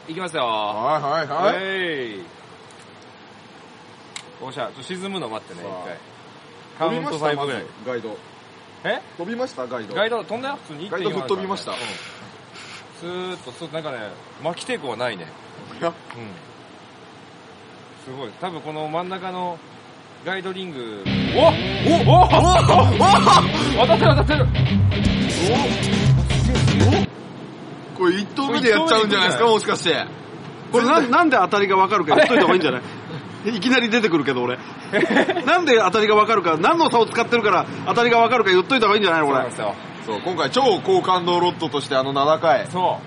いきますよ。 はいはいはい。 おっしゃ、沈むの待ってね、一回。カウント飛びました 5ぐらい。 ガイド。飛びましたガイド。 ガイド飛んだよ、普通に。 ガイド吹っ飛びました。 スーッと、なんかね、巻き抵抗はないね。 いや、 すごい。多分この真ん中のガイドリング。 お当たってる当たってる。 これ1投目でやっちゃうんじゃないですか、もしかして。 これなんで当たりが分かるか言っといた方がいいんじゃないいきなり出てくるけど俺。なんで当たりが分かるか、何の差を使ってるから当たりが分かるか言っといた方がいいんじゃないのこれ。 そう、今回超高感動ロッドとして名高い。 そう。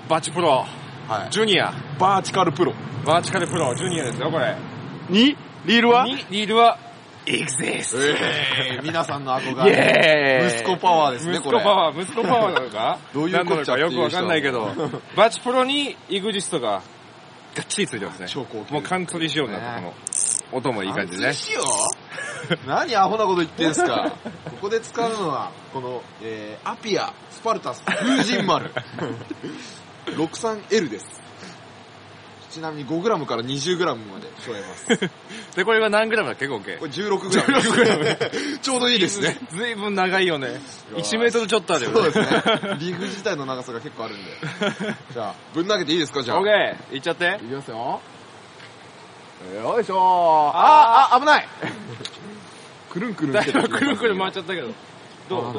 バチプロ。 はい。 ジュニア。 バーチカルプロ。 バーチカルプロ、ジュニアですよ、これ。 リールはリールは、exist。 皆さんの憧れ。息子パワーですね、これ。 息子パワーなのかどういうことかよくわかんないけど、バチプロにイグジストががっちりついてますね。 超高級。 もうカントリー仕様になった、この音もいい感じでね。 カントリー仕様何アホなこと言ってんすか。ここで使うのは、この、アピア、スパルタス、風神丸。63L です。ちなみに 5g から 20g まで添えます。 で、これは何グラムだっけ合計。 これ 16g。ちょうどいいですね。 ずいぶん長いよね。1メートルちょっとあるよね。 そうですね。リーフ自体の長さが結構あるんで。じゃあ、ぶん投げていいですか、じゃあ。 オッケーいっちゃって。 いきますよ。よいしょー。危ない。くるんくるんしてる。 くるんくるん回っちゃったけど。どう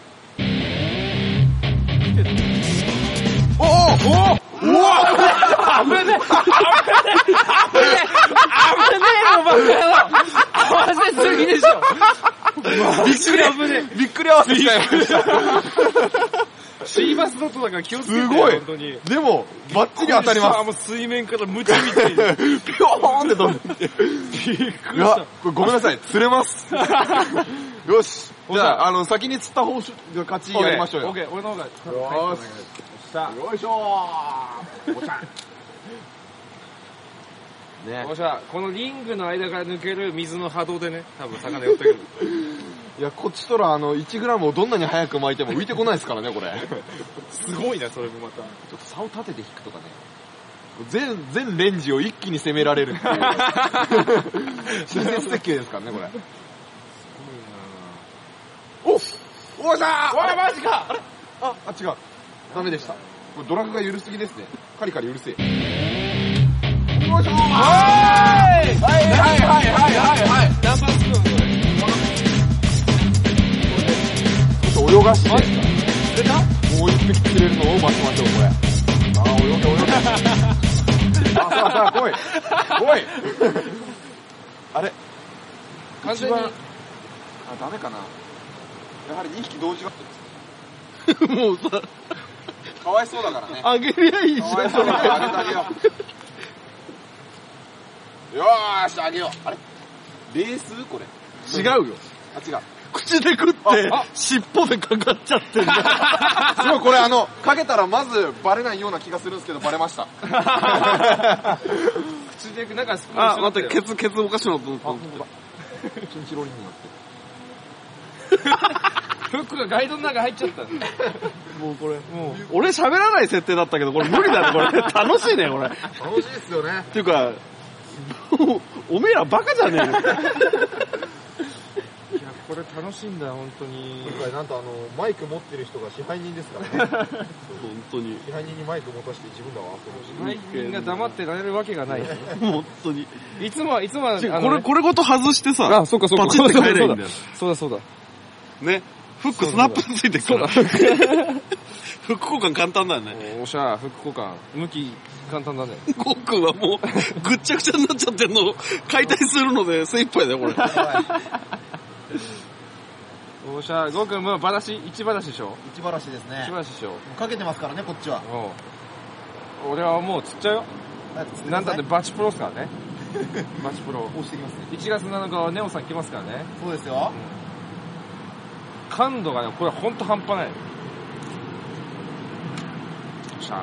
おわ危ねえよ、バカ野郎合わせすぎでしょびっくり合わせしたよ。 シーバスドットだから気をつけてよ、 すごい本当に。 でも、バッチリ当たります。 もう水面からムチみたいに。 ピョーンって飛んでって。 びっくりいや、 した。 これごめんなさい、釣れます。よし。じゃあ、先に釣った方が勝ちやりましょうよ。 オッケー、俺の方が。 よーし。よいしょー。おしゃ。ね。 おしゃ、このリングの間から抜ける水の波動でね、多分魚寄ってくる。 いや、こっちとら1g をどんなに早く巻いても浮いてこないですからね、これ。 すごいな、それもまた。 ちょっと竿立てて引くとかね。全レンジを一気に攻められるっていう。親切設計ですからね、これ。すごいなぁ。おっしゃー。 おい、マジか。 違う。ダメでした。これドラグが緩すぎですね。カリカリうるせえ。よいしょー。はい。 ナンバースプーン、これ。 ちょっと泳がして。出た？もう一匹釣れるのを待ちましょう、これ。泳げ。さあ、来い。あれ？ 完全に。 ダメかな。やはり2匹同時が。 もうさ、 かわいそうだからね。 あげりゃいいじゃん。 かわいそうだからあげてあげよう。よーし、あげよう。あれ？レースこれ。 違うよ。 違う。 口で食って、尻尾でかかっちゃってんだ。 すごい、これかけたらまずバレないような気がするんですけど、バレました。 口で、なんかスプーン。 待って、ケツおかしいのと思った。 チンチロリンになってる。 フックがガイドの中入っちゃった。 もうこれ、俺喋らない設定だったけど、これ無理だね、これ。楽しいね、これ。 楽しいですよね。 っていうか、おめえらバカじゃねえの。 いや、これ楽しいんだよ、本当に。 今回なんとマイク持ってる人が支配人ですからね。 本当に。 支配人にマイク持たせて自分らは支配人が黙ってられるわけがない。 本当に。 いつもは、 これごと外してさ、 そうか。 パチって帰ればいいんだよ。 そうだ。 ね。フックスナップついてるから。フック交換簡単だよね。 おしゃ、フック交換。向き、簡単だね。 ゴックンはもう、ぐっちゃぐちゃになっちゃってんのを解体するので精一杯だよ、これ。 おしゃ、ゴーくんもうバラシ、1バラシでしょ？ 1バラシですね。 1バラシでしょ？ かけてますからね、こっちは。 俺はもう釣っちゃうよ。なんだってバチプロっすからね。バチプロ。 押してきますね。 1月7日はネオさん来ますからね。 そうですよ。 感度がね、これほんと半端ない。よっしゃ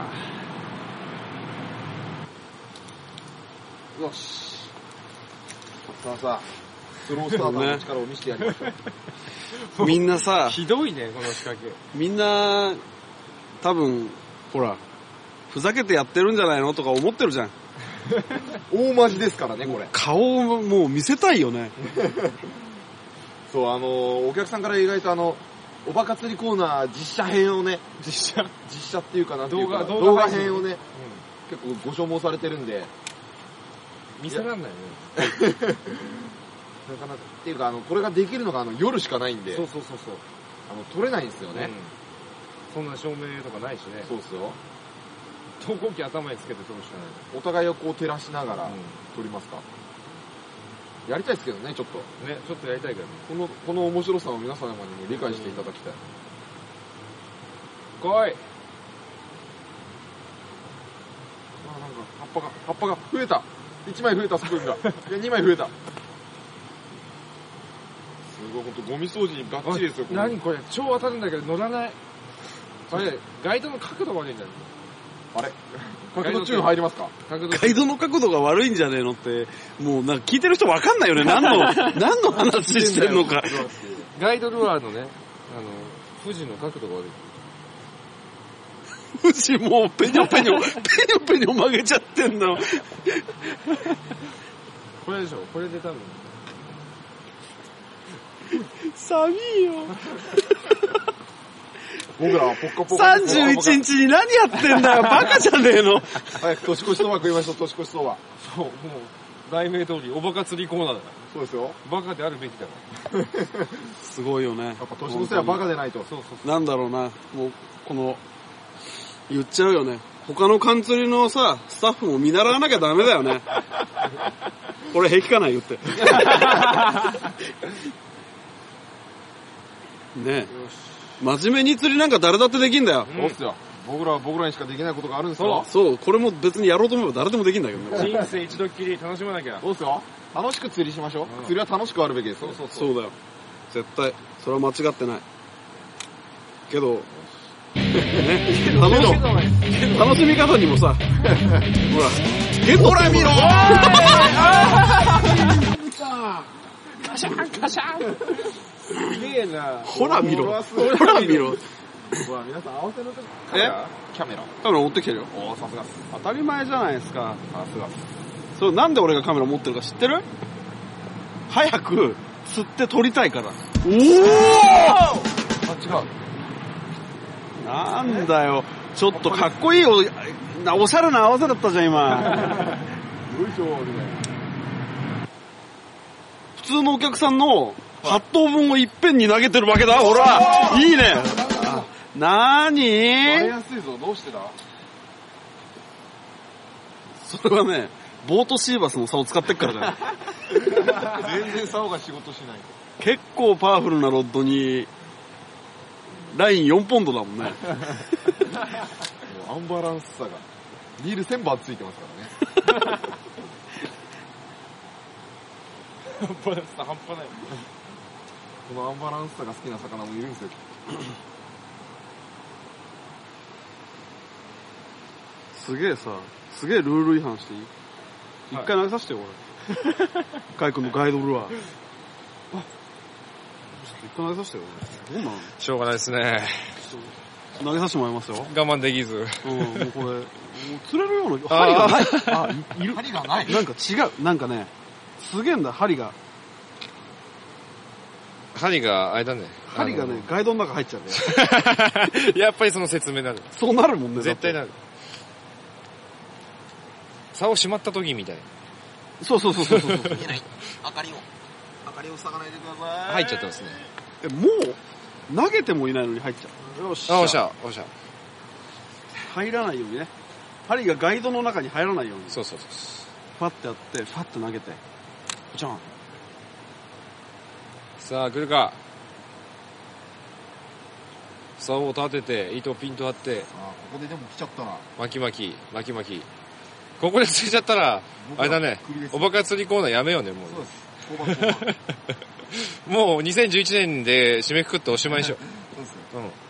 よし。さあ、スロースターターの力を見せてやりましょう。 みんなさ、 ひどいね、この仕掛け。 みんな、多分、ほら、 ふざけてやってるんじゃないのとか思ってるじゃん。 大マジですからね、これ。 顔をもう見せたいよね。 そう、お客さんから意外とおバカ釣りコーナー実写編をね、実写っていうかなんていうか、動画編をね、結構ご所望されてるんで。 見せらんないよね。 なかなか、っていうか、これができるのが夜しかないんで、 そう。 撮れないんですよね。 そんな照明とかないしね。 そうっすよ。 投光器頭につけて撮るしかない。 お互いをこう照らしながら撮りますか。やりたいですけどね、ちょっと。 ね、ちょっとやりたいけど。 この面白さを皆様にも理解していただきたい。 来い。 なんか、葉っぱが増えた。1枚増えた、スプーンが。いや、2枚増えた。すごい、ほんとゴミ掃除にバッチリですよ、 何これ、超当たるんだけど乗らない。あれ、ガイドの角度悪いんだよ。 あれ角度注意入りますか？ ガイドの角度が悪いんじゃねえのって、もうなんか聞いてる人わかんないよね。何の話してんのか。 ガイドルアーのね、富士の角度が悪い。 富士もうペニョペニョ曲げちゃってんの。 これでしょ、これで多分。 寒いよ。 僕らはポッカポッカ。 31日に何やってんだよ。バカじゃねえの。 早く年越しそば食いましょう、年越しそば。 そう、もう、題名通り、おバカ釣りコーナーだから。 そうですよ。 バカであるべきだから。 すごいよね。 やっぱ年の瀬はバカでないと。 そう。 なんだろうな。もう、この、言っちゃうよね。他の缶釣りのさ、スタッフも見習わなきゃダメだよね。これ平気かな言って。ねえ。真面目に釣りなんか誰だってできんだよ。 そうっすよ。僕らにしかできないことがあるんですよ。 そう、これも別にやろうと思えば誰でもできんだけどね。 人生一度っきり楽しまなきゃ。 そうっすよ。楽しく釣りしましょう。釣りは楽しくあるべきです。 そうだよ。絶対。それは間違ってない。けど、ね、楽しみ方にもさ、ほら、ほら見ろカシャンカシャンすげえな。 ほら見ろ。ほら見ろ。 ほら、皆さん合わせの時キャメラ持ってきてるよ。 おー、さすがっす。 当たり前じゃないですか。 さすがっす。 そう、なんで俺がカメラ持ってるか知ってる？早く釣って撮りたいから。おー！ あ、違う。 なんだよ。ちょっとかっこいいおしゃれな合わせだったじゃん、今。 よいしょ、みたいな。 普通のお客さんの8等分をいっぺんに投げてるわけだ。ほら、いいね。なーに割れやすいぞ、どうしてだ？ それはね、ボートシーバスの竿を使ってっからだよ。 全然竿が仕事しない。 結構パワフルなロッドに、ライン4ポンドだもんね。 アンバランスさが。リール1000番ついてますからね。 アンバランス半端ない。 このアンバランスさが好きな魚もいるんですよ。 すげえルール違反していい？一回投げさせてよ、俺。カイ君のガイドルアー。ちょっと一回投げさせてよ、どんなの？ しょうがないですね。 投げさせてもらいますよ。 我慢できず。 もうこれ、もう釣れるような、針がない。あ、いる。 針がない。 なんか違う。なんかね、すげえんだ、針が。 針が、あれだね。 針がね、ガイドの中入っちゃうね。 やっぱりその説明になる。 そうなるもんね。 絶対なる。竿をしまった時みたいな。 そう。 見えない。明かりを咲かないでください。 入っちゃってますね。 もう、投げてもいないのに入っちゃう。よっしゃ。 おっしゃ。 入らないようにね。針がガイドの中に入らないように。 そう。 ファッてやって、ファッて投げて。じゃん。 さあ、来るか。竿を立てて、糸をピンと張って、 あ、ここででも来ちゃったな。 巻き。ここで釣れちゃったら、あれだね。おバカ釣りコーナーやめようね、もう。 そうです。 もう2011年で締めくくっておしまいにしよう。 そうですよ。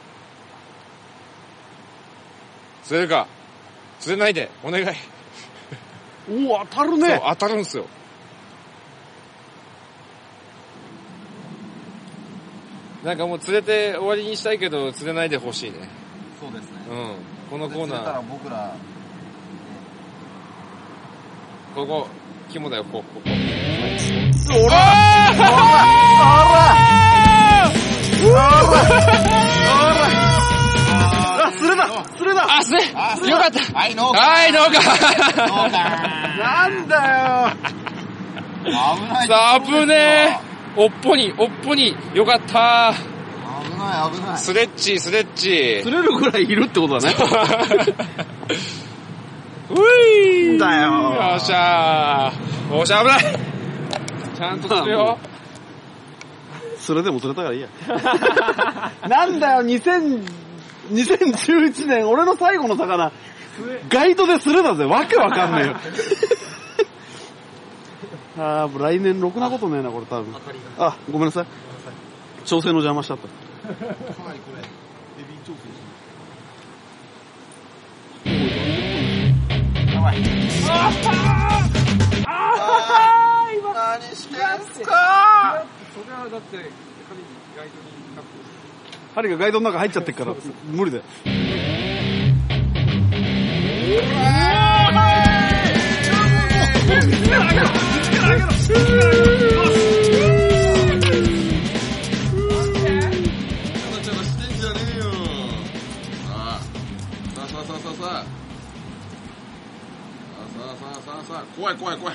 釣れるか？釣れないで、お願い。 おお、当たるね。 そう、当たるんすよ。なんかもう釣れて終わりにしたいけど、釣れないでほしいね。 そうですね。 このコーナー。 僕ら、 ここ、肝だよ、ここ。 おらすれだあ、すれよかったはい、ノーカー。 はい、どうかなんだよ危ない。 さあ、危ねえ。おっぽに、よかった危ない。 スレッチ。 釣れるぐらいいるってことだね。 ういんだよよっしゃー。おっしゃ、危ないちゃんと釣るよ。 それでも釣れたからいいや。なんだよ、2011年、俺の最後の魚、ガイドで釣れだぜ。わけわかんねえよ。あー、来年ろくなことねえな、これ多分。あ、ごめんなさい。調整の邪魔しちゃった。 かなりこれ、ヘビー調整してやばい。今何してんすか。 それはだって、ガイドに針がガイドの中入っちゃってっから、無理だよ。 怖い。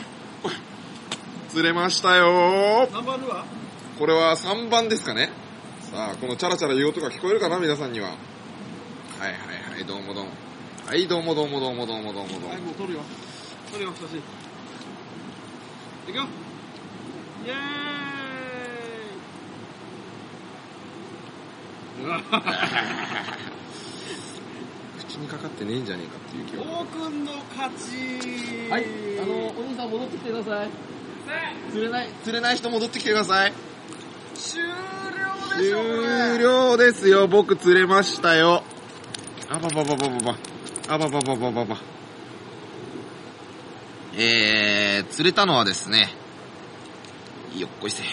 釣れましたよ。 何番はこれは3番ですかね。さあ、このチャラチャラ言う音が聞こえるかな、皆さんには。はい、どうも。はい、どうも。 はい、もう撮るよ、写真。いくよ。イェーイ。 口にかかってねえんじゃねえかっていう気が。 王くんの勝ち。 はい、お兄さん戻ってきてください。釣れない人戻ってきてください。 終終了ですよ。僕釣れましたよ。あばば。釣れたのはですね、よっこいせ。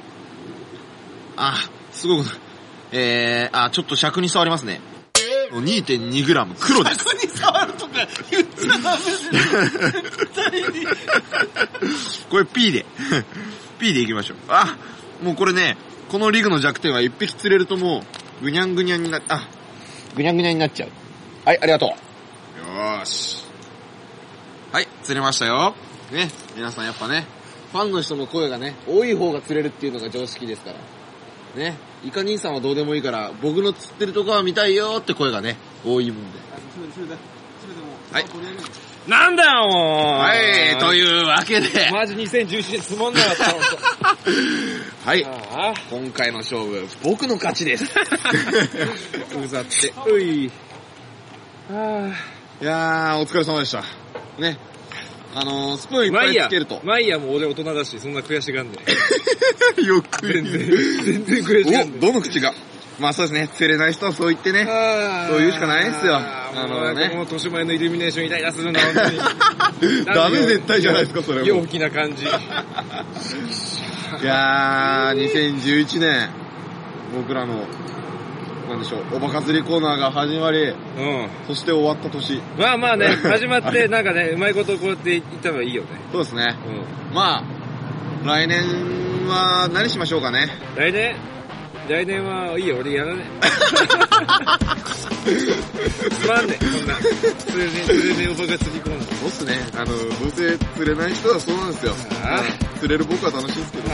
すごく、ちょっと尺に触りますね。2.2g 黒です。 尺に触るとか言っちゃダメです絶対に。 これ P でいきましょう。もうこれね、このリグの弱点は一匹釣れるともう、ぐにゃんぐにゃんになっちゃう。はい、ありがとう。よーし。はい、釣れましたよ。ね、皆さんやっぱね、ファンの人の声がね、多い方が釣れるっていうのが常識ですから。ね、イカ兄さんはどうでもいいから、僕の釣ってるとこは見たいよって声がね、多いもんで。はい。 なんだよ、もう。 はい、というわけで。 マジ2011年つまんなかった、ほんと。 はい。今回の勝負、僕の勝ちです。 うざって。うい。 いやー、お疲れ様でした。ね。スプーンいっぱいつけると。 まあいいや、もう俺大人だし、そんな悔しがんねえ。 よく全然悔しがんねえ。 どの口が。まあそうですね、釣れない人はそう言ってね。そう言うしかないですよ。 もう豊島園のイルミネーションイライラするな、本当に。 ダメ絶対じゃないですか、それも。 陽気な感じ。いやー、2011年、僕らの、なんでしょう、おバカ釣りコーナーが始まり、そして終わった年。 まあね、始まって、なんかね、うまいことこうやって言ったらいいよね。 そうですね。まあ、来年は何しましょうかね。 来年はいいよ、俺やらねえ。つまんねえ、そんな。釣れねえおバカ釣りコーナー。 そうっすね。どうせ釣れない人はそうなんですよ。釣れる僕は楽しいんですけど。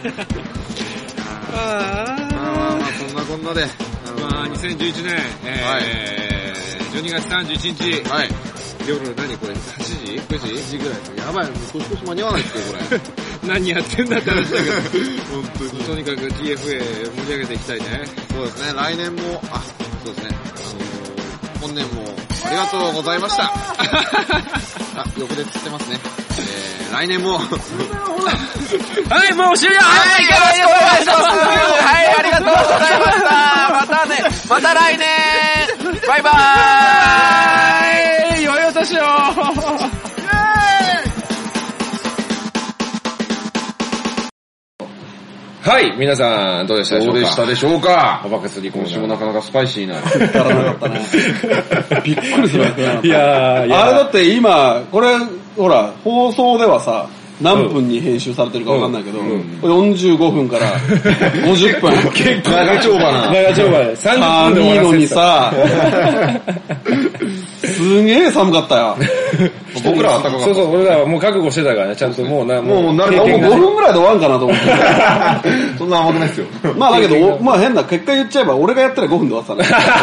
まあ、そんなこんなで。 2011年、12月31日。 はい。 夜、何これ、8時 ?9 時 ?9 時ぐらいです。やばい、もう年越し間に合わないですよ、これ。 何やってんだって話だけど。 本当に。 とにかく TFA 盛り上げていきたいね。 そうですね、来年も、そうですね、本年もありがとうございました。横で釣ってますね。来年も。はい、 もう終了。 はい、よろしくお願いします。はい、ありがとうございました。またね、また来年。バイバーイ。 良いお年を。 はい、皆さん、どうでしたでしょうか。 どうでしたでしょうか。 おバカ釣りコーナー。 今週もなかなかスパイシーな。 足らなかったね。びっくりするわけなかった。 いやー、 あれだって今、これ、ほら、放送ではさ、何分に編集されてるかわかんないけど、45分から50分。 結構長丁場な。 長丁場で。30分で終わらせてた。 いいのにさ、すげえ寒かったよ。 僕らは暖かかった。 そうそう、俺らはもう覚悟してたからね、ちゃんともうな、 もうもう5分ぐらいで終わんかなと思って。 そんな甘くないですよ。 まあだけど、まあ変な、結果言っちゃえば、俺がやったら5分で終わってたね。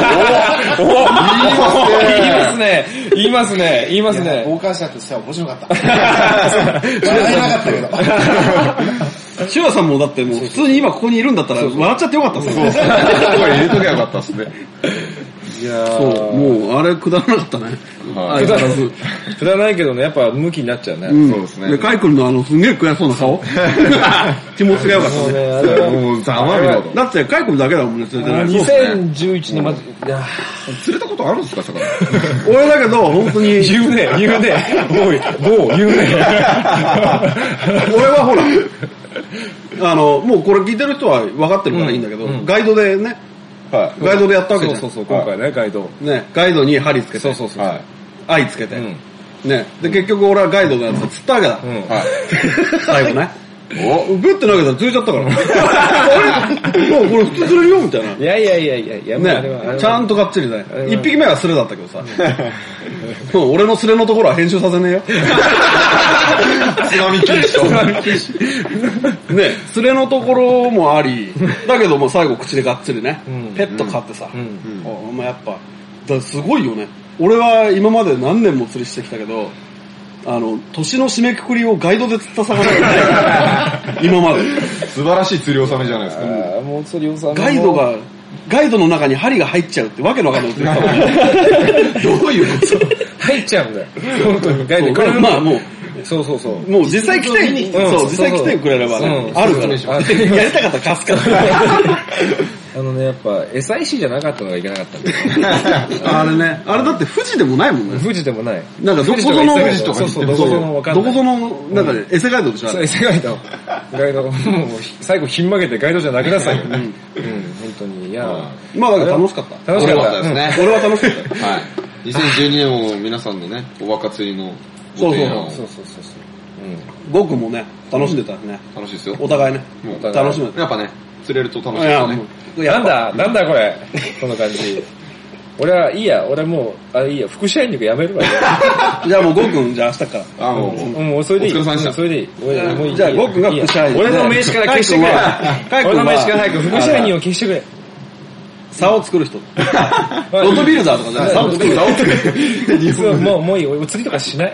言いますね。 傍観者としては面白かった。笑えなかったけど。 シュワさんもだってもう普通に今ここにいるんだったら笑っちゃってよかったっすね。 声入れときゃよかったっすね。 いやー、 そう、もうあれくだらなかったね。 はい。 相変わらず。 くだらないけどね、やっぱ向きになっちゃうね。 そうですねで、カイ君のすんげえ悔しそうな顔。気持ちがよかったね。 もうね、あれはもうざまみろと。 だってカイ君だけだもんね、連れてない。 2011年まず、いや釣れたことあるんですか、魚。 俺だけど、本当に。 言うね。もう言うね。 俺はほら、もうこれ聞いてる人は分かってるからいいんだけど、ガイドでね、 はガイドでやったわけじゃん。 そう、今回ね、ガイド。 ね、ガイドに針つけて。 そう。 はい。 愛つけて。ね、で、結局俺はガイドのやつを釣ったわけだ。 はい。 最後ね。 おグッて投げたら釣れちゃったから。あれもうこれ普通釣れるよみたいな。 いや、 ね、ちゃんとがっちりね。一匹目はスレだったけどさ。もう俺のスレのところは編集させねえよ。 津波禁止と。 ね、スレのところもあり、だけども最後口でがっつりね。ペット飼ってさ。お前やっぱ、すごいよね。俺は今まで何年も釣りしてきたけど、年の締めくくりをガイドで釣った魚がない。今まで。 素晴らしい釣り納めじゃないですか。 もう釣り納め。 ガイドの中に針が入っちゃうってわけのわかんないこと言ったどういうこと入っちゃうんだよ。本当に。ガイド。 これまあもう、 そう。 もう実際来て、実際来てくれればね、あるから。やりたかったら貸すから。 やっぱ、SIC じゃなかったのがいけなかったんだあれね、あれだって富士でもないもんね。 富士でもない。 なんかどこぞの、 富士とか、そう、どこぞのわかんない。 どこぞの、なんかね、エセガイドでしょ。 そう、エセガイド。ガイド、もう、最後ひん曲げてガイドじゃなくなさいよ。本当に。いやまあだから楽しかった。 楽しかったですね。 俺は楽しかった。 はい。2012年も皆さんのね、お若釣りのご提案を。 そう。 ゴーくんもね、楽しんでたね。 楽しいですよ。 お互いね。楽しめた。 やっぱね、釣れると楽しいですよね。 なんだこれ。この感じ。俺はいいや、俺もう、いいや、副社員力やめるわ。 じゃあもうゴーくん、じゃあ明日から。 もうそれでいい。 お疲れ様でした。 それでいい。 じゃあゴーくんが副社員。 俺の名刺から消してくれ。俺の名刺から早く副社員を消してくれ。 竿を作る人。ロトビルダーとかじゃない。竿を作る人。もういい。俺釣りとかしない。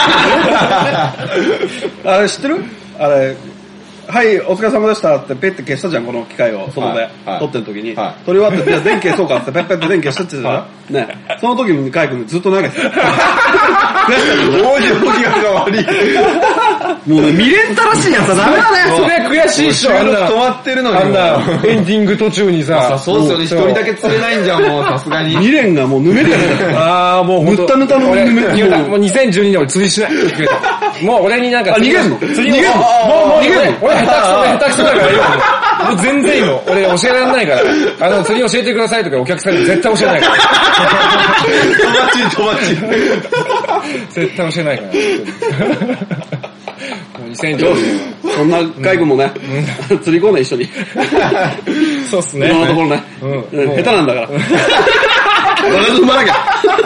あれ知ってる？あれ、はい、お疲れ様でしたってペッて消したじゃん、この機械を、外で。撮ってる時に。撮り終わって、じゃあ電気消そうかってペッペッて電気消したって言ってたじゃん。ね。その時にカイ君ずっと投げてた。 どういう動きが悪い。 もうね、未練たらしいやつはダメだね。 それ悔しいっしょ、あんな。 止まってるのに。 あんな、エンディング途中にさ。 そうっすよね、一人だけ釣れないんじゃん、もうさすがに。 未練がもうぬめりが出た。 もうぬったぬたのぬめりが。もう2012年俺釣りしない。もう俺になんか逃げんの？ 逃げんの？もう逃げんの？俺下手くそだからいいよ。もう全然いいの。俺教えられないから。釣り教えてくださいとかお客さんに絶対教えないから。 とばっちり。 絶対教えないから。もう2012年。 そんなカイ君もね、釣り行こうね、一緒に。 そうっすね。 今のところね。下手なんだから。私踏まなきゃ。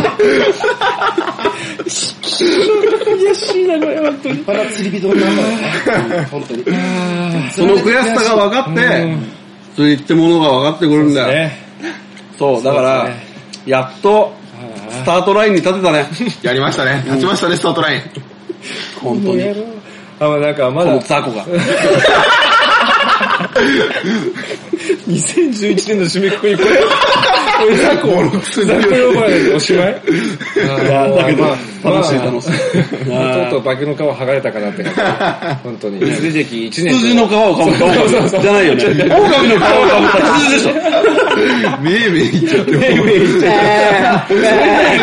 悔しいな、これ、本当に。 まだ釣り人になるのよ。本当に。 その悔しさが分かって、釣りってものが分かってくるんだよ。そう、だから、やっと、スタートラインに立てたね。 やりましたね。立ちましたね、スタートライン。 本当に。 なんかまだ。 このザコが。 2011年の締めくくり、これザコ呼ばれておしまい？ いや、だけど、楽しい。 とうとう化けの皮剥がれたかなって感じ。本当に。釣り歴1年。 羊の皮をかぶった。じゃないよね。狼の皮をかぶった羊でしょ。 めいっちゃって。 めいっちゃって。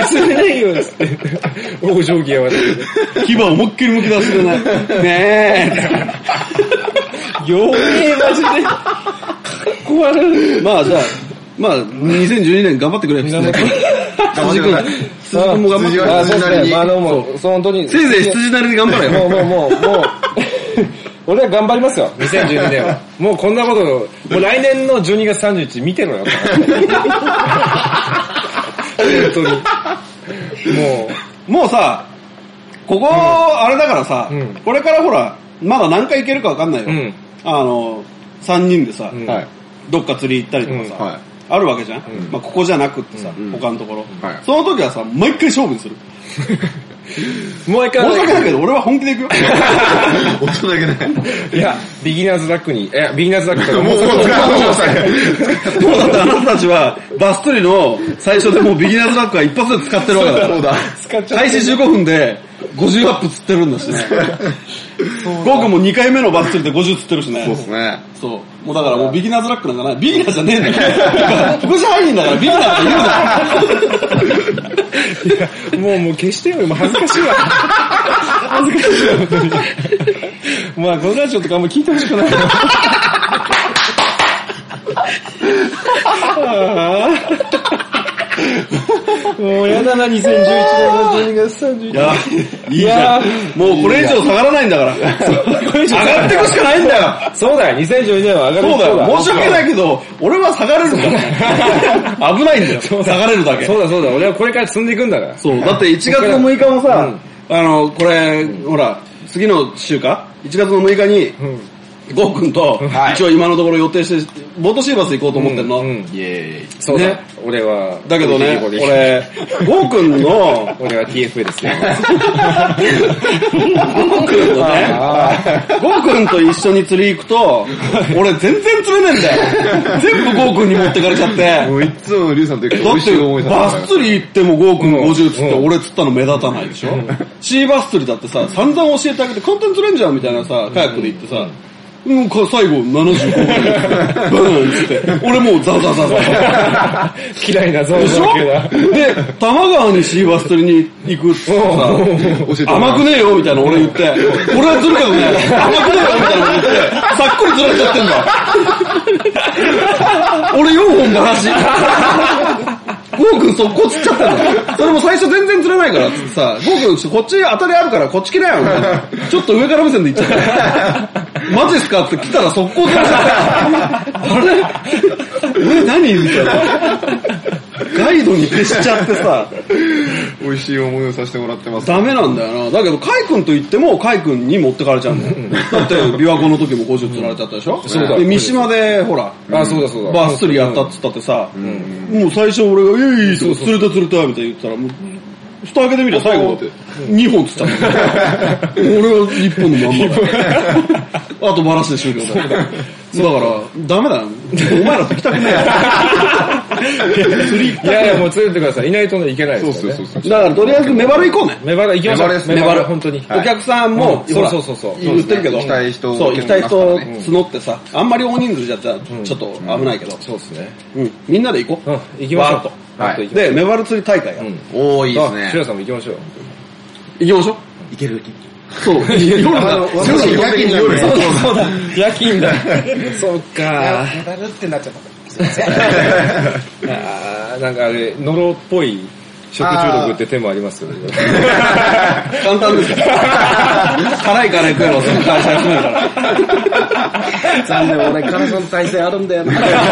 釣れないよ、つって。往生際渡って。 牙を思いっきり剥き出してない。ねえ。 弱えマジで。かっこ悪い。 まあじゃあ、まあ、2012年頑張ってくれ、 頑張ってください。 辻君も頑張ってくれ。 あ、そうですね。もう、本当に。 せいぜい羊なりに頑張れよ。 もう、俺は頑張りますよ、2012年は。もうこんなこと、もう来年の12月31日見てろよ。本当に。 もうさ、ここ、あれだからさ、これからほら、まだ何回行けるか分かんないよ。3人でさ、どっか釣り行ったりとかさ、あるわけじゃん。まあここじゃなくってさ、他のところ。その時はさ、毎回勝負にする。 もう一回。 申し訳ないけど、俺は本気で行くよ。 大人げない。 いや、ビギナーズラックに、ビギナーズラックとかもうだってあなたたちは、バス釣りの最初でもうビギナーズラックは一発で使ってるわけだから。そうだ。開始15分で50アップ釣ってるんだしね。ゴー君も2回目のバス釣りで50釣ってるしね。 そうですね。 そう。もうだからもうビギナーズラックなんかない。ビギナーじゃねえんだよ。副社員だからビギナーって言うな。 もう消してよ、もう恥ずかしいわ。恥ずかしいわ、本当に。まあ、このラジオとかあんま聞いてほしくない。もうやだな、2011年の12月31日。 いや、もうこれ以上下がらないんだから。上がっていくしかないんだよ。 そうだよ、2012年は上がる。 そうだよ、申し訳ないけど、俺は下がれるんだから。危ないんだよ、下がれるだけ。 そうだ、俺はこれから積んでいくんだから。 そう、だって1月の6日もさ、これ、ほら、次の週か ?1 月の6日に、ゴー君と、一応今のところ予定して、ボートシーバス行こうと思ってんの。イェーイ。 そうだ、俺は。 だけどね、俺、ゴー君の、 俺は TFA ですよ。 ゴー君のね、ゴー君と一緒に釣り行くと、俺全然釣れねえんだよ。全部ゴー君に持ってかれちゃって。 もういつもリュウさんと行くと美味しい思いさ。 バス釣り行ってもゴー君50釣って俺釣ったの目立たないでしょ。シーバス釣りだってさ、散々教えてあげて簡単に釣れんじゃんみたいなさ、カヤックで行ってさ、最後75ぐらいブーンつって、俺もうザザザザ。 嫌いなゾーンだけだ。で、多摩川にシーバス釣りに行くってさ、甘くねえよみたいな俺言って、俺は釣るけどね、甘くねえよみたいなこと言って、さっくり釣られちゃってんだ。俺4本バラシ。ゴー君速攻釣っちゃったんだ。それも最初全然釣れないからっつってさ、ゴー君こっち当たりあるからこっち来なよみたいな。ちょっと上から目線で言っちゃった。マジっすかって来たら速攻釣られちゃった。あれ俺何みたいな。ガイドに徹しちゃってさ。 美味しい思いをさせてもらってます。 ダメなんだよな。だけどカイ君と言ってもカイ君に持ってかれちゃうんだよ。だって琵琶湖の時も50釣られちゃったでしょ。そうだ。で三島でほら、 そうだ。 バス釣りやったっつったってさ、もう最初俺がいい釣れたみたいに言ったら、もう蓋開けてみりゃ最後2本釣っちゃった。俺は1本のまんまだ。あとバラシで終了だ。だから、ダメだよ。お前らと来たくねえ。 いや、もう釣れてください。いないといけないですよね。 そう。 だからとりあえずメバル行こうね。 メバル行きましょう。 メバル、 本当に。 お客さんも、 そう。 言ってるけど、 行きたい人そう、行きたい人募ってさ、あんまり大人数じゃちょっと危ないけど。 そうですね。 みんなで行こう。 行きましょう。 はい。で、メバル釣り大会や。 おー、いいですね。 シュラさんも行きましょう。 行きましょう。 行けるそう。夜だ。 夜夜そうだ。夜勤だ。そうか。 メダルってなっちゃった。 なんかあれ、ノロっぽい食中毒って手もありますよね。 簡単ですよ。辛いカレー食えばすぐ会社休めるから。 残念、俺体の体勢あるんだよな。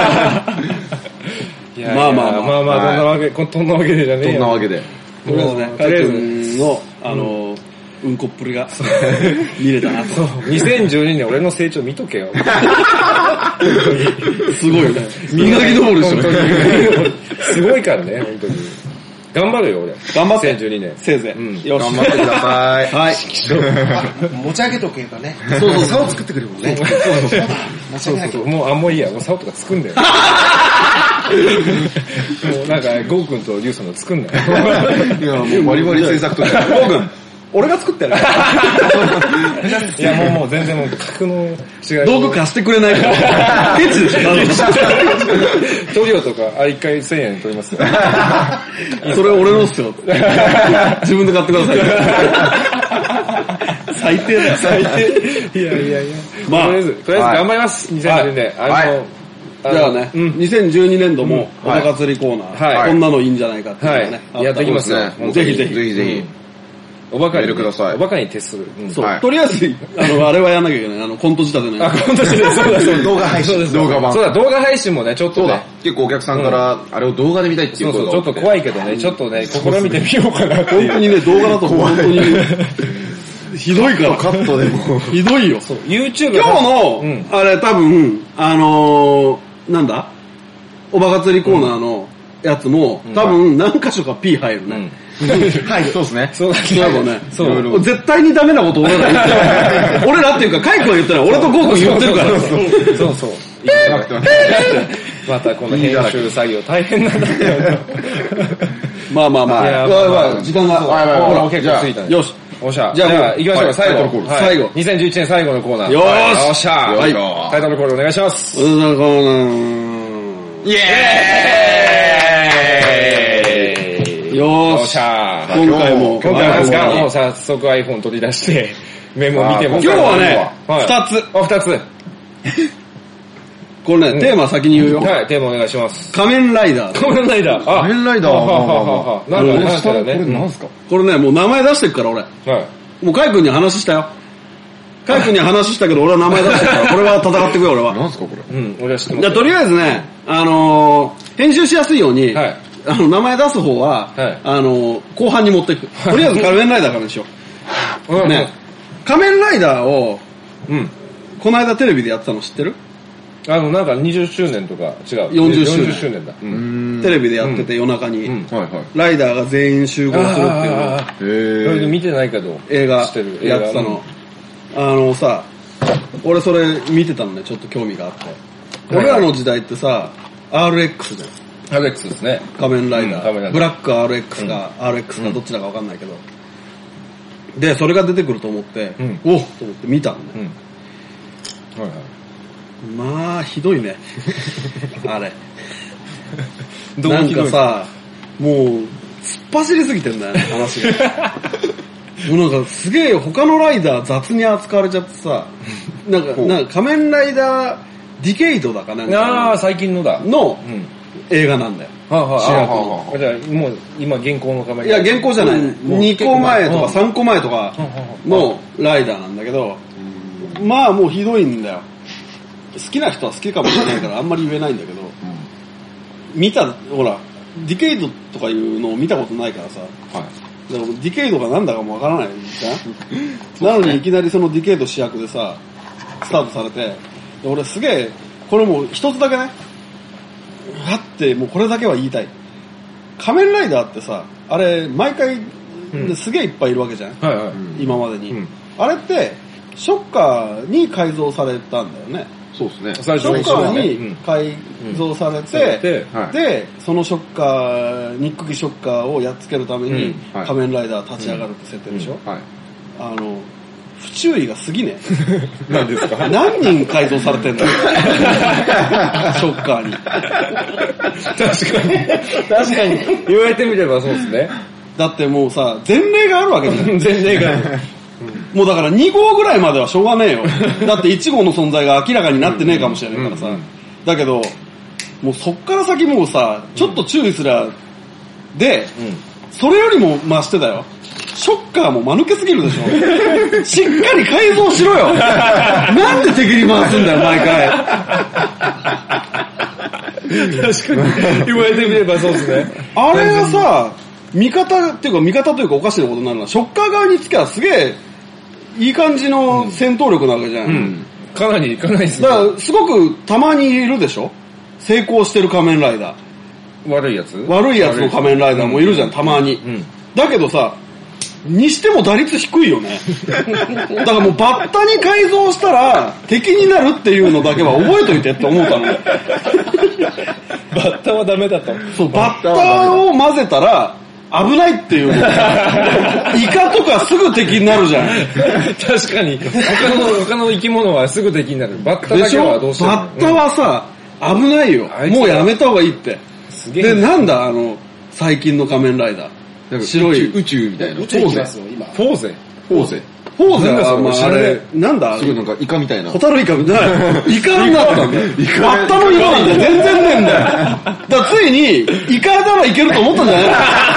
まあ、そんなわけでじゃねえよ。 そんなわけで。 とりあえずね、カイ君の、うんこっぷりが見れたなと。 そう、2012年俺の成長見とけよ。 すごいよね。みんなぎ登るしょ。 すごいからね、本当に。頑張るよ、俺。 頑張って。 2012年。 せいぜい。よし。 頑張ってください。 はい。 持ち上げとけばね。 そう。 竿作ってくれるもんね。そうだ。 もうあんまいいや、もう竿とか作んだよ。もうなんか、ゴー君とリュウさんの作んだよ。 いや、もうバリバリ制作とか。 ゴー君。俺が作ってる。 いや、もう全然もう格の違い。 道具貸してくれないから。ケチでしょ。 トリオとか、1回1000円取りますよ。 それ俺のっすよ。自分で買ってください。 最低だよ。 最低。いや。まあ、とりあえず頑張ります。2020年。 じゃあね、2012年度も、おばかつりコーナー、こんなのいいんじゃないかっていうのね。 やっていきますよ。 ぜひ。 おバカにください。おバカに徹する。 そう。とりあえず、あれはやんなきゃいけない。コント仕立てのやつ。 コント仕立て、そうだ。 動画配信。 動画版。 そうだ、動画配信もね、ちょっとね。 結構お客さんから、あれを動画で見たいっていうそうそう、ちょっと怖いけどね、ちょっとね、試みてみようかなっていう。 本当にね、動画だと本当に、ひどいから。 カットでも。 ひどいよ。 そう、YouTube。 今日の、あれ多分、なんだおバカ釣りコーナーのやつも、多分何箇所か P 入るね。 はい、そうですね。 そうだね。そう。絶対にダメなこと俺ら言ってない。俺らっていうか、カイ君は言ってない。俺とゴー君言ってるから。 そう。またこの編集作業大変なんだけど。 まあ。時間が。 ほら、結構過ぎたね。 よし。 おっしゃ。じゃあ、行きましょうか、最後。2011年最後のコーナー。 よーし。 おっしゃ。タイトルコールお願いします。 イェーイよーし。今回もですかもう早速 iPhone 取り出して、メモ見ても今日はね、2つ。 2つ。 これね、テーマ先に言うよ。 はい、テーマお願いします。 仮面ライダー。 仮面ライダー。 仮面ライダー。 なんかこれ何すかこれね、もう名前出してるから俺。はい。もうカイ君に話したよ。カイ君に話したけど俺は名前出してるから、これは戦ってくよ俺は。 何すかこれ。 俺は知ってます。 じゃあとりあえずね、編集しやすいように、名前出す方は、後半に持っていく。とりあえず仮面ライダーからにしよう。ね。仮面ライダーを、この間テレビでやってたの知ってる？ なんか20周年とか違う。 40 周年だ。 テレビでやってて夜中に、ライダーが全員集合するっていうのを、 見てないけど、 映画やってたの。さ、俺それ見てたのね、ちょっと興味があって。俺らの時代ってさ、RX じゃん。 RX ですね。 仮面ライダー。ブラック RX か RX かどっちだかわかんないけど。で、それが出てくると思って、おっと思って見たのね。まあ、ひどいね。あれ。なんかさ、もう、突っ走りすぎてんだよね、話が。もうなんかすげえ他のライダー雑に扱われちゃってさ、なんか仮面ライダーディケイドだかなんか。 最近のだ。 の映画なんだよ。主役の。 じゃあもう今現行の仮面ライダー。いや、現行じゃない。2個前とか3個前とかのライダーなんだけど、まあもうひどいんだよ。好きな人は好きかもしれないからあんまり言えないんだけど、ほら、ディケイドとかいうのを見たことないからさ、だからディケイドがなんだかもわからないじゃんなのにいきなりそのディケイド主役でさ、スタートされて、俺すげえ、これもう一つだけね、ってもうこれだけは言いたい。仮面ライダーってさ、あれ毎回すげえいっぱいいるわけじゃん、今までに、あれってショッカーに改造されたんだよね。 そうですね。 ショッカーに改造されて、で、そのショッカー、憎きショッカーをやっつけるために仮面ライダー立ち上がるって設定でしょ。不注意が過ぎね。 何ですか？ 何人改造されてんだよ。ショッカーに。 確かに。言われてみればそうですね。 だってもうさ、前例があるわけじゃん。 前例がある。 もうだから2号ぐらいまではしょうがねえよ。だって1号の存在が明らかになってねえかもしれないからさ。だけど、もうそっから先もうさ、ちょっと注意すら、で、それよりも増してだよ。ショッカーも間抜けすぎるでしょ。しっかり改造しろよ。なんで敵に回すんだよ、毎回。 確かに。言われてみればそうですね。 あれがさ、味方というかおかしなことになるのは、ショッカー側につけばすげえ、いい感じの戦闘力なわけじゃん。 かなりす。だから、すごくたまにいるでしょ？成功してる仮面ライダー。 悪いやつの仮面ライダーもいるじゃん、たまに。だけどさ、にしても打率低いよね。だからもうバッタに改造したら敵になるっていうのだけは覚えといてって思ったの。バッタはダメだと。 そう、バッタを混ぜたら危ないっていう。イカとかすぐ敵になるじゃん。 確かに。他の生き物はすぐ敵になる。バッタだけはどうしても。 バッタはさ、危ないよ。もうやめた方がいいって。で、なんだ最近の仮面ライダー。 白い宇宙みたいな。 フォーゼ。 フォーゼは、まあ、あれ、なんだすごいなんかイカみたいな。 ホタルイカみたいな。イカになったんだよ。バッタの色なんて全然ねえんだよ。だからついに、イカならいけると思ったんじゃない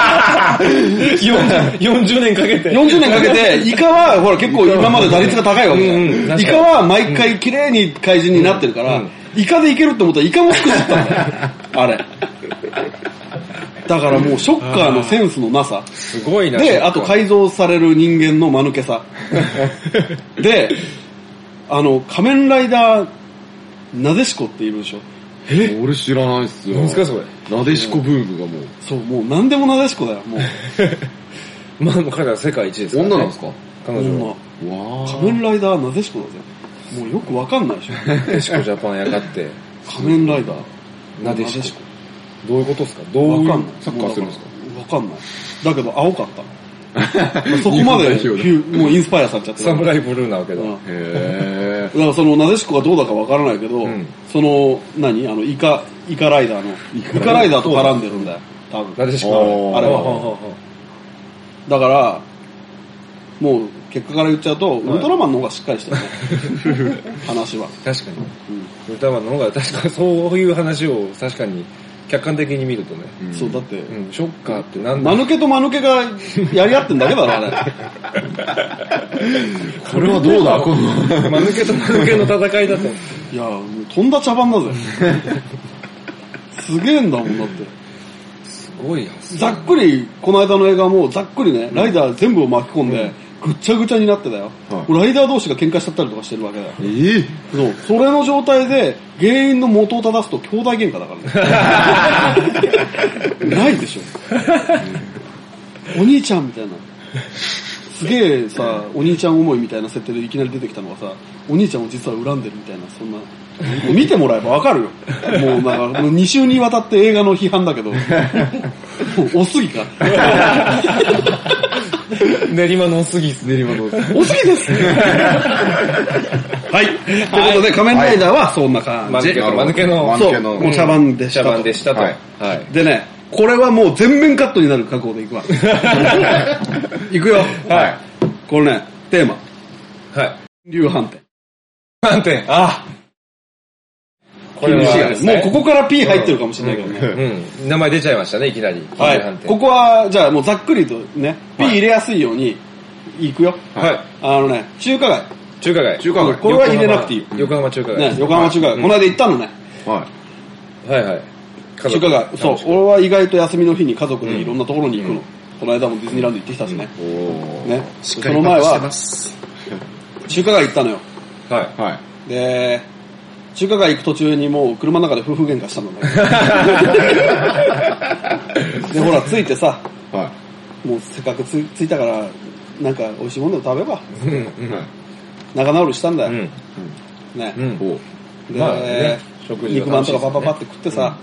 40年かけて。 40年かけて、イカは、ほら結構今まで打率が高いわけだよ。イカは毎回綺麗に怪人になってるから、イカでいけるって思ったらイカも作っちゃったんだよ。あれ。だからもうショッカーのセンスのなさ。 すごいな。 で、あと改造される人間の間抜けさ。で、仮面ライダー、なでしこっているでしょ。 俺知らないっすよ。 何すかそれ。 なでしこブームがもう。 そう、もう何でもなでしこだよ、もう。 まあ、彼は世界一ですから、ね。 女なんですか彼女は。 仮面ライダーなでしこだぜ。もうよくわかんないでしょ。 なでしこジャパンやがって。 仮面ライダー。 なでしこ。どういうことですか？どういうわかんない。 サッカーするんですか？ わかんない。だけど青かった。そこまでもうインスパイアされちゃってる。 サムライブルーなわけだ。 へだからそのなでしこがどうだかわからないけど、そのイカライダーのイカライダーと絡んでるんだよ。多分。 なでしこあれは。だからもう結果から言っちゃうと、ウルトラマンの方がしっかりしてるね。話は。 確かに。ウルトラマンの方が確かそういう話を確かに。客観的に見るとね。 そう、だって、 ショッカーってなんだ。 間抜けと間抜けがやり合ってんだけだろ、あれ。 これはどうだこの間抜けと間抜けの戦いだと。 いや、もうとんだ茶番だぜ。すげえんだもん、だって。 すごいざっくり、この間の映画もざっくりね、ライダー全部を巻き込んで、ぐっちゃぐちゃになってたよ。ライダー同士が喧嘩しちゃったりとかしてるわけだよ。そう。それの状態で、原因の元を正すと兄弟喧嘩だからね。ないでしょ。お兄ちゃんみたいな。すげえさ、お兄ちゃん思いみたいな設定でいきなり出てきたのがさ、お兄ちゃんを実は恨んでるみたいな、そんな。見てもらえばわかるよ。もうなんか、もう2週にわたって映画の批判だけど、もうおすぎか。 練馬のおすぎっす。 練馬のおすぎですはい。ということで、仮面ライダーはそんな感じ。 間抜けの。 そう、もう茶番でしたと。 茶番でしたと。はい。 でね、これはもう全面カットになる覚悟でいくわ。いくよ。 はい。 これね、テーマ。 はい。 流反転。 反転。あこれは、もうここから P 入ってるかもしれないけどね。 名前出ちゃいましたね、いきなり。 はい。ここは、じゃあもうざっくりとね、P 入れやすいように、いくよ。 はい。 中華街。 中華街。 これは入れなくていい。 横浜中華街。 ね、横浜中華街。この間行ったのね。 はい。 はいはい。 中華街。そう。俺は意外と休みの日に家族でいろんなところに行くの。この間もディズニーランド行ってきたしね。ね。その前は、中華街行ったのよ。 はい。 はい。 で、中華街行く途中にもう車の中で夫婦喧嘩したのね。で、ほら、着いてさ、もうせっかく着いたから、なんか美味しいものでも食べば。仲直りしたんだよ。ね。で、肉まんとかパパパって食ってさ、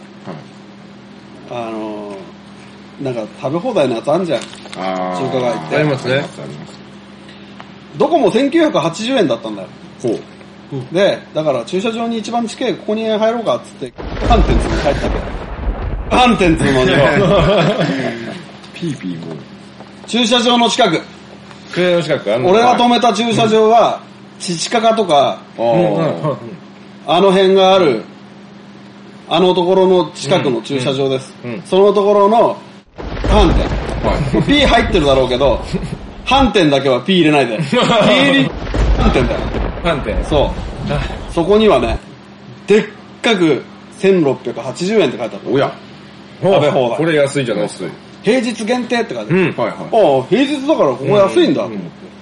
なんか食べ放題のやつあんじゃん。中華街行って。 ありますね。 どこも1980円だったんだよ。で、だから駐車場に一番近いここに入ろうかっつって、ハンテンツに入ったわけ。ハンテンツの文字を。 ピーピーも。 駐車場の近く。 俺が止めた駐車場は、父カカとか、あの辺がある、あのところの近くの駐車場です。そのところの、ハンテン。P 入ってるだろうけど、ハンテンだけは P 入れないで。P 入り、ハンテンだよ。 ハンテン。 そう。そこにはね、でっかく1680円って書いてあった。 おや。 食べ放題。 これ安いじゃないですか。 平日限定って書いてある。 はいはい。 ああ、平日だからここ安いんだと思って。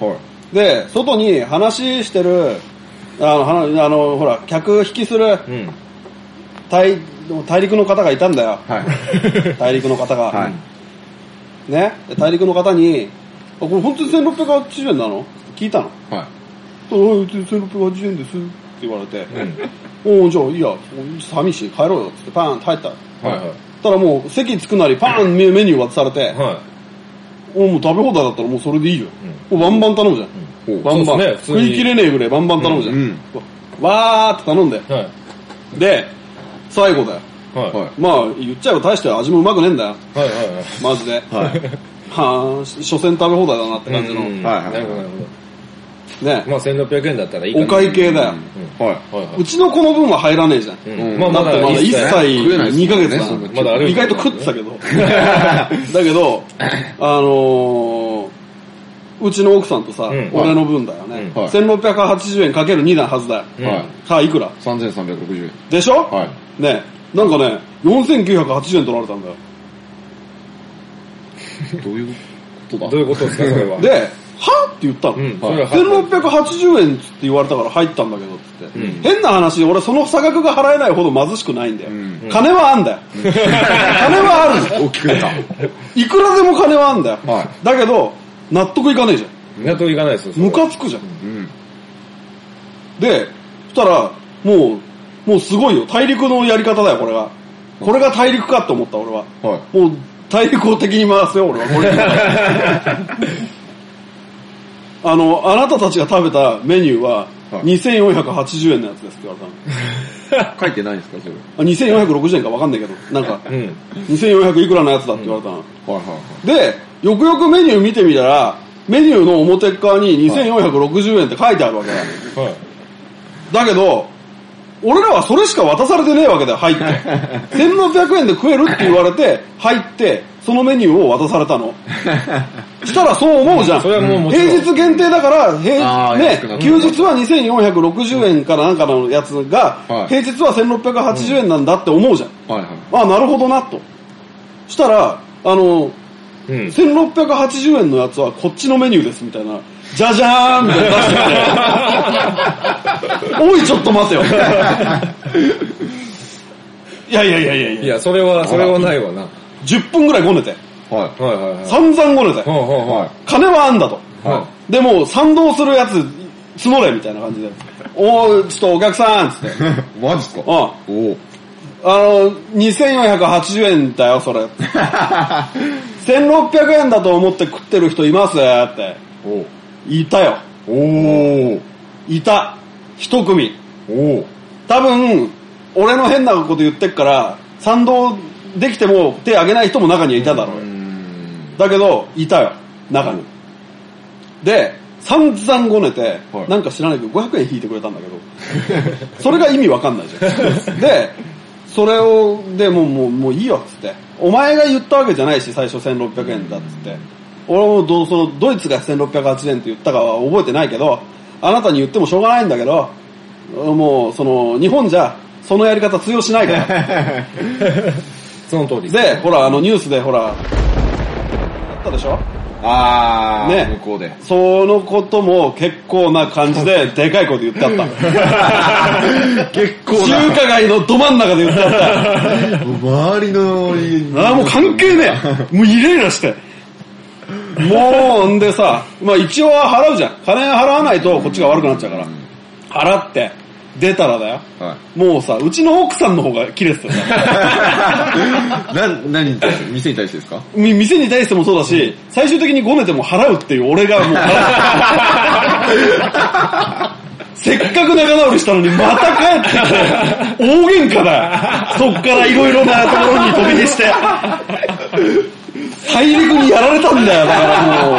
はい。 で、外に話してる、ほら、客引きする、大陸の方がいたんだよ。はい。大陸の方が。はい。ね。大陸の方に、これ本当に1680円なの聞いたの。はい。1680円ですって言われて、おお、じゃあいいや、寂しい、帰ろうよってパーンって入った。はいはい。たらもう席着くなりパーンメニュー渡されて、はい。もう食べ放題だったらもうそれでいいよ。バンバン頼むじゃん。バンバン。食い切れねえぐらいバンバン頼むじゃん。わーって頼んで。はい。で、最後だよ。はい。まあ言っちゃえば大して味もうまくねえんだよ。はいはいはい。マジで。はい。はぁ、所詮食べ放題だなって感じの。はいはい。なるほどなるほど。 ね。 まあ1600円だったらいいかな。 お会計だよ。うちの子の分は入らねえじゃん。まあまだ1歳2ヶ月だ。 まだ意外と食ってたけど。だけど、うちの奥さんとさ、俺の分だよね。1680円かける2段はずだよ。さあ、いくら ?3360 円。 でしょね。なんかね、4980円取られたんだよ。 どういうことだ？ どういうことですか、それは。 で、はって言ったの。1680円って言われたから入ったんだけどって言って。変な話、俺その差額が払えないほど貧しくないんだよ。金はあんだよ。金はある。 大きく出た。 いくらでも金はあんだよ。だけど、納得いかねえじゃん。 納得いかないですよ。 ムカつくじゃん。で、そしたら、もうすごいよ。大陸のやり方だよ、これが。これが大陸かって思った、俺は。もう、大陸を敵に回すよ、俺は。これあなたたちが食べたメニューは、2480円のやつですって言われたの。 書いてないんですか、それ。 2460円か分かんないけど、なんか、2400いくらのやつだって言われたの。で、よくよくメニュー見てみたら、メニューの表側に2460円って書いてあるわけだ。だけど、俺らはそれしか渡されてねえわけだよ、入って。1600円で食えるって言われて、入って、そのメニューを渡されたの。したらそう思うじゃん。平日限定だから、休日は2460円かなんかのやつが、平日は1680円なんだって思うじゃん。あ、なるほどな、と。したら、1680円のやつはこっちのメニューです、みたいな。じゃじゃーんみたいな出してきて。おい、ちょっと待てよ。いや、 それはないわな。 10分ぐらいごねて。散々ごねて。金はあんだと。でも、賛同するやつ、募れみたいな感じで。ちょっとお客さんつって。 マジっすか？ 2480円だよ、それ。1600円だと思って食ってる人いますって。いたよ。いた。一組。多分、俺の変なこと言ってっから、賛同できても手挙げない人も中にはいただろうよ。だけど、いたよ。中に。で、散々ごねて、なんか知らないけど500円引いてくれたんだけど、それが意味わかんないじゃん。で、それを、で、もういいよっつって。お前が言ったわけじゃないし、最初1600円だっつって。俺もそのドイツが1680円って言ったかは覚えてないけど、あなたに言ってもしょうがないんだけど、もうその日本じゃそのやり方通用しないから。 その通りで、ほらニュースでほらあったでしょ。ね、 向こうで。 そのことも結構な感じででかい声で言ってあった。 結構な。 中華街のど真ん中で言ってあった。 周りの家に。 もう関係ねえ。もうイライラして。もう、んでさ、まあ一応は払うじゃん。金払わないとこっちが悪くなっちゃうから。払って、出たらだよ。もうさ、うちの奥さんの方がキレてたよ。 何に対して？店に対してですか？ 店に対してもそうだし、最終的にごねても払うっていう俺がもう払う。せっかく仲直りしたのにまた帰ってきて、大喧嘩だよ。そっからいろいろなところに飛び火して。大陸にやられたんだよ、だからも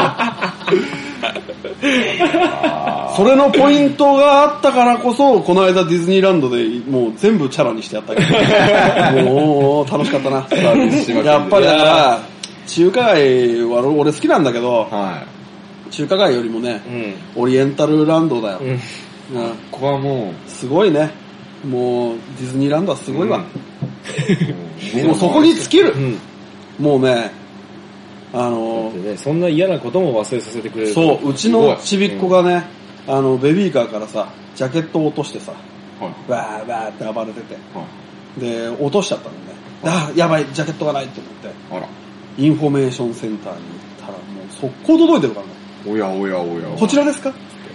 う。それのポイントがあったからこそ、この間ディズニーランドでもう全部チャラにしてやったけど、もう楽しかったな。やっぱりだから、中華街は俺好きなんだけど、中華街よりもね、オリエンタルランドだよ。 ここはもう、すごいね。もうディズニーランドはすごいわ。もうそこに尽きる。もうね、 そんな嫌なことも忘れさせてくれる。 そう、うちのちびっ子がね、ベビーカーからさ、ジャケットを落としてさ、バーって暴れてて、で、落としちゃったのね。やばい、ジャケットがないって思って、インフォメーションセンターに行ったら、もう速攻届いてるからね。 おやおやおや。 こちらですか？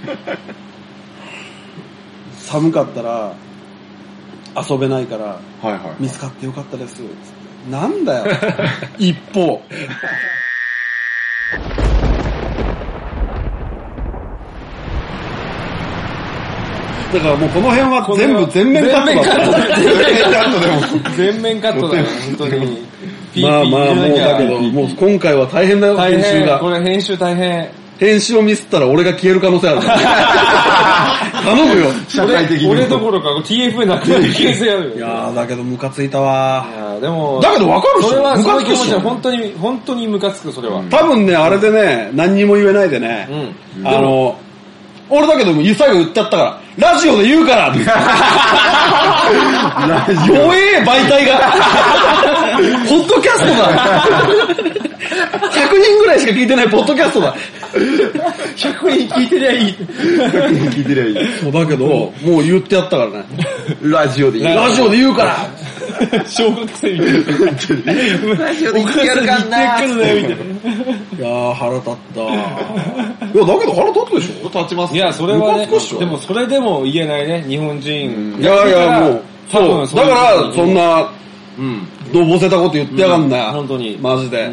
寒かったら、遊べないから、見つかってよかったです。なんだよ、一方。だからもうこの辺は全面カットだ。 全面カットだよ、本当に。 まあもうだけど、もう今回は大変だよ、編集が。 これ編集大変。 編集をミスったら俺が消える可能性あるから。頼むよ。 社会的に。 俺どころか TFA なくなる危険性あるよ。 いやー、だけどムカついたわいやでも、 だけど分かるでしょ。 それは、 ムカつくその気持ちは本当にムカつく、それは。 多分ね、あれでね、何にも言えないでね、俺だけども最後言っちゃったから、ラジオで言うからって。弱え媒体が。ポッドキャストだ。100人ぐらいしか聞いてないポッドキャストだ。 100人聞いてりゃいい。 100人聞いてりゃいい。 そうだけど、もう言ってやったからね。 ラジオで言う。 ラジオで言うから。 小学生みたいな。 ラジオで言ってやるかんな。 いやー、腹立った。いや、だけど腹立つでしょ。 立ちます。 いや、それはね、 ムカつくっしょでもそれでも言えないね、日本人。 いやいや、もう、そう。だから、そんな、どぼせたこと言ってやがんなよ。 本当に。 マジで。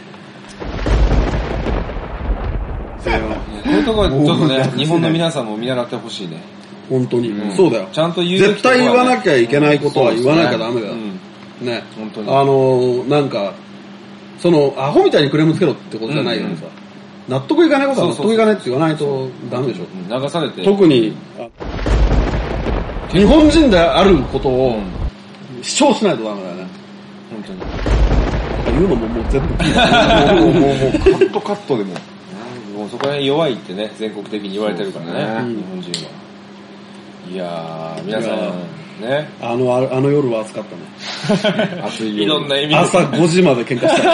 こういうところちょっとね、日本の皆さんも見習ってほしいね。 本当に。そうだよ。 ちゃんと言う。 絶対言わなきゃいけないことは言わなきゃダメだよ。ね。 本当に。 なんか、その、アホみたいにクレームつけろってことじゃないよねさ。納得いかないことは納得いかないって言わないとダメでしょ。 流されて。 特に、日本人であることを主張しないとダメだよね。 本当に。 言うのももう全部もうカットカットでも。 もうそこら辺弱いってね、全国的に言われてるからね、日本人は。いやー、皆さん、ね。 あの夜は暑かったね。 暑い夜。 いろんな意味で。 朝5時まで喧嘩した。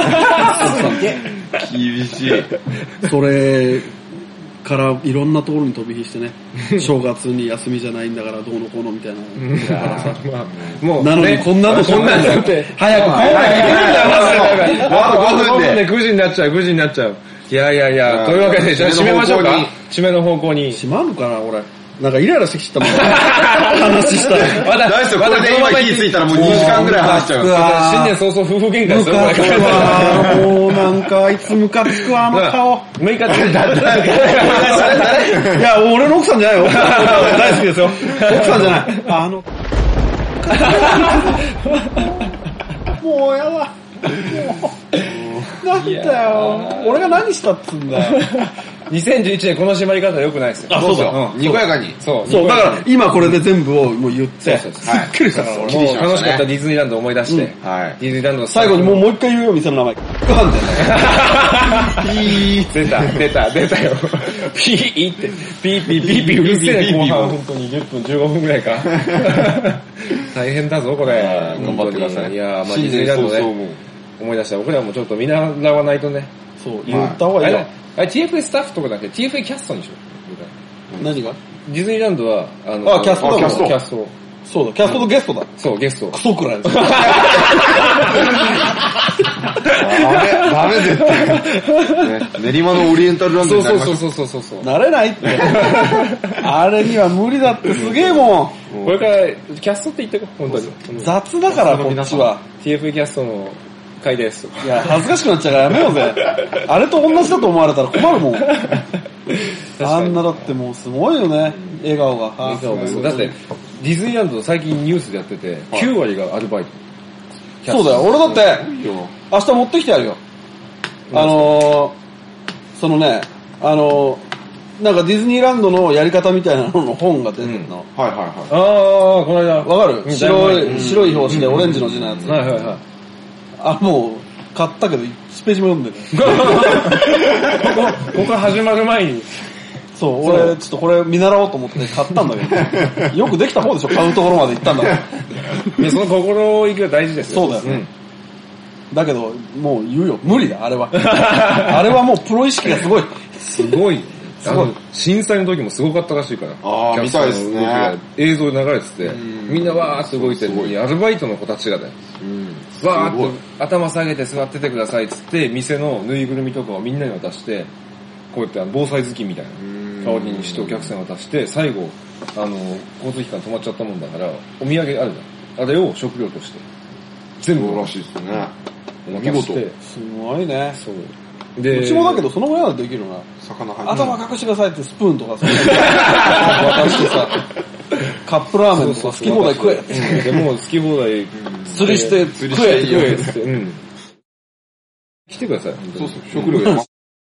厳しい。 それからいろんなところに飛び火してね、正月に休みじゃないんだからどうのこうのみたいな。 もうなのにこんなのこんなんだって。 早く来ないといけないんだよ、 5分で。 9時になっちゃう。いや、というわけで、じゃあ締めましょうか。締めの方向に。 閉まるかな、俺。なんかイライラしてきたもん。話したら。 まだ、これで今火ついたらもう2時間ぐらい話しちゃう。 新年早々夫婦喧嘩ですよ、これ。もうなんか、あいつムカつくわ、あの顔。 6日でいや、俺の奥さんじゃないよ。大好きですよ。奥さんじゃない。もうやだ。なんだよ。俺が何したっつんだよ。 2011年この締まり方は良くないですよ。 あ、そうだ。 にこやかに。 そう、だから今これで全部をもう言って、すっきりしたから俺。 もう楽しかったディズニーランドを思い出して、ディズニーランドの最後にもう一回言うよ、店の名前。ご飯出たよ。ピーって、ピーうるせえ後半本当に10分15分ぐらいか。大変だぞ、これ。 頑張ってください。 いやまあディズニーランドね、思い出した。僕らもちょっと見習わないとね。 そう、言った方がいいよ。 あれ TFA スタッフとかだけ TFA キャストにしよう。何がディズニーランドは、 キャストだ。 キャスト。 そうだ、キャストとゲストだ。 そう、ゲスト。 クソくらいです。 ダメ絶対。練馬のオリエンタルランドになりました。 そう。 なれないって。あれには無理だってすげえもん。 これからキャストって言ってこう、本当に。 雑だから、こっちは。 TFA キャストの回です。 いや、恥ずかしくなっちゃうからやめようぜ。あれと同じだと思われたら困るもん。あんなだってもうすごいよね、笑顔が。 だって、ディズニーランド最近ニュースでやってて、9割がアルバイト。そうだよ、俺だって、明日持ってきてやるよ。そのね、なんかディズニーランドのやり方みたいなのの本が出てるの。 はい。 ああ、この間。 わかる？白い表紙でオレンジの字のやつ。 はい。 もう、買ったけど、1ページも読んでる。 ここから始まる前に。 そう、俺、ちょっとこれ見習おうと思って買ったんだけど、よくできた方でしょ、買うところまで行ったんだから。 いや、その心意気が大事ですよ。 そうだよね。だけど、もう言うよ。無理だ、あれは。あれはもうプロ意識がすごい。 すごい。震災の時もすごかったらしいから。 ああ、見たいですね。 映像で流れてて、みんなわーって動いてるのに、アルバイトの子たちがだよ。わーって頭下げて座っててくださいっつって、店のぬいぐるみとかをみんなに渡して、こうやって防災頭巾みたいな代わりにしてお客さんに渡して、最後、交通機関止まっちゃったもんだから、お土産あるじゃん。あれを食料として。全部らしいですね。 見事。 すごいね。 そう。 うちもだけどそのぐらいはできるな。 魚入って頭隠してくださいってスプーンとかさ、渡してさ、カップラーメンとか好き放題食え。 でも好き放題釣りして食えって。 来てください。 そう、食料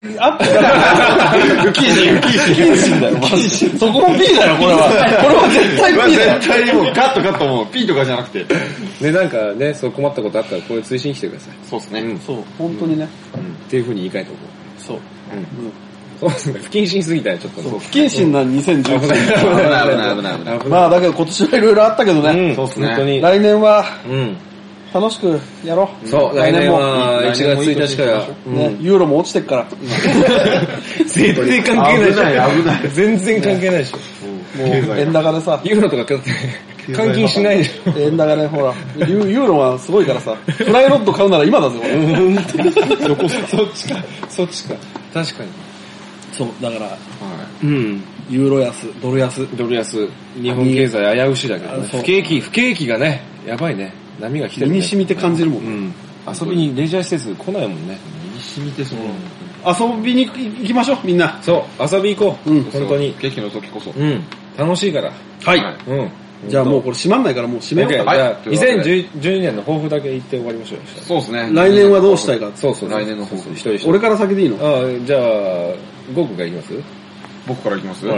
アップ不謹慎だよ。そこも P だよ、これは。これは絶対 P だよ。 絶対もうカットもう P とかじゃなくて。 ね、なんかね、そう困ったことあったら、これ追伸来てください。 そうですね。 そう、本当にね。 っていう風に言い換えておこう。 そう。 そうですね、不謹慎すぎたよ、ちょっと。 不謹慎な2019 危ない。 まあ、だけど今年はいろいろあったけどね。 そうですね。 本当に。 来年は、楽しくやろう。 そう、来年は1月1日から、 ね、ユーロも落ちてっから。 絶対関係ないでしょ。危ない。全然関係ないでしょ。 もう、円高でさ。 ユーロとかだって換金しないでしょ。 円高でほら、ユーロはすごいからさ。フライロッド買うなら今だぜ、これ。 どこそっちか。確かに。 そう、だから、ユーロ安、ドル安。 日本経済危うしだけどね。不景気がね、やばいね。波が来てる、ね。 身に染みて感じるもん。 遊びにレジャー施設来ないもんね。 身に染みてそう。 遊びに行きましょう、みんな。 そう、遊び行こう。本当に。 景気の時こそ。 楽しいから。 はい。じゃあもうこれ閉まんないからもう閉めようか。 じゃあ、2012年の抱負だけ言って終わりましょう。 そうですね。 来年はどうしたいか。 そう。 来年の抱負。 一人。 俺から先でいいの？ じゃあ、ゴーくんからいきます？ 僕からいきます？ はい。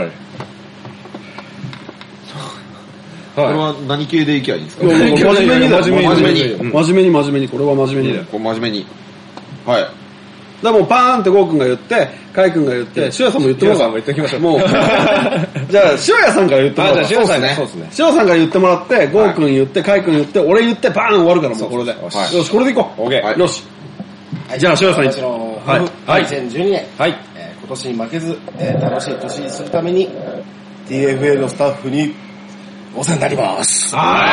これは何系でいけばいいんですか？ 真面目に。 真面目に。 これは真面目にだよ。 真面目に。はい。 だからもうパーンってゴーくんが言って、カイくんが言って、シュヤさんも言ってもらおうか。 も言っておきましょう。 もう。じゃあ、シュヤさんから言ってもらおうか。 じゃあ、シュヤさんね。そうですね。 シュヤさんから言ってもらって、ゴーくん言って、カイくん言って、俺言って、バーン終わるからもうこれで。よし、これでいこう。 オッケー。 よし。じゃあ、シュヤさん言って。 はい。2012年。はい。今年に負けず、楽しい年にするために、TFA のスタッフに、お世話になります。 はい。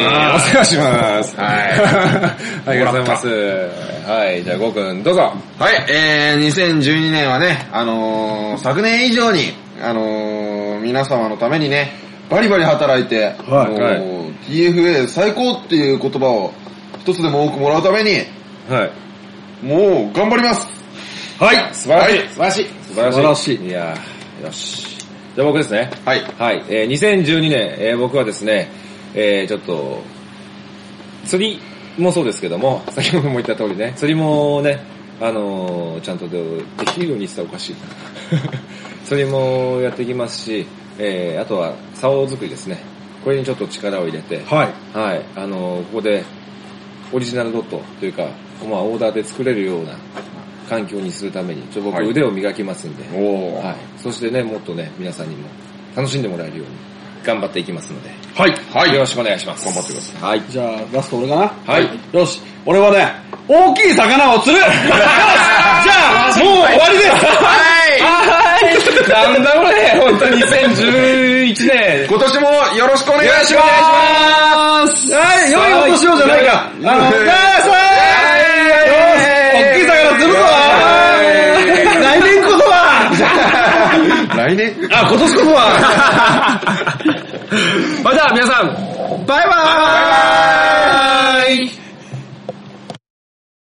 お世話します。はい。ありがとうございます。はい。じゃあ、ゴーくん、どうぞ。 はい。2012年はね、昨年以上に、皆様のためにね、バリバリ働いて、TFA 最高っていう言葉を一つでも多くもらうために、はい。もう、頑張ります。 はい。 素晴らしい。 素晴らしい。 いやよし。じゃあ僕ですね。 はい。 はい。2012年、僕はですね、ちょっと、釣りもそうですけども、先ほども言った通りね、釣りもね、ちゃんとできるようにしたらおかしい。釣りもやっていきますし、あとは、竿作りですね。これにちょっと力を入れて、はい。はい。ここで、オリジナルドットというか、まあ、オーダーで作れるような環境にするために、僕腕を磨きますんで、はい。そしてね、もっとね、皆さんにも楽しんでもらえるように頑張っていきますので、はい。はい。よろしくお願いします。頑張ってください。はい。 じゃあ、ラスト俺かな？ はい。 よし。俺はね、大きい魚を釣るじゃあ、もう終わりですはいなんだこれ本当に2011年。 今年もよろしくお願いしますはい、良いお年をじゃないか。大きい魚釣るぞ来年こそは来年今年こそはじゃあ皆さん、バイバーイ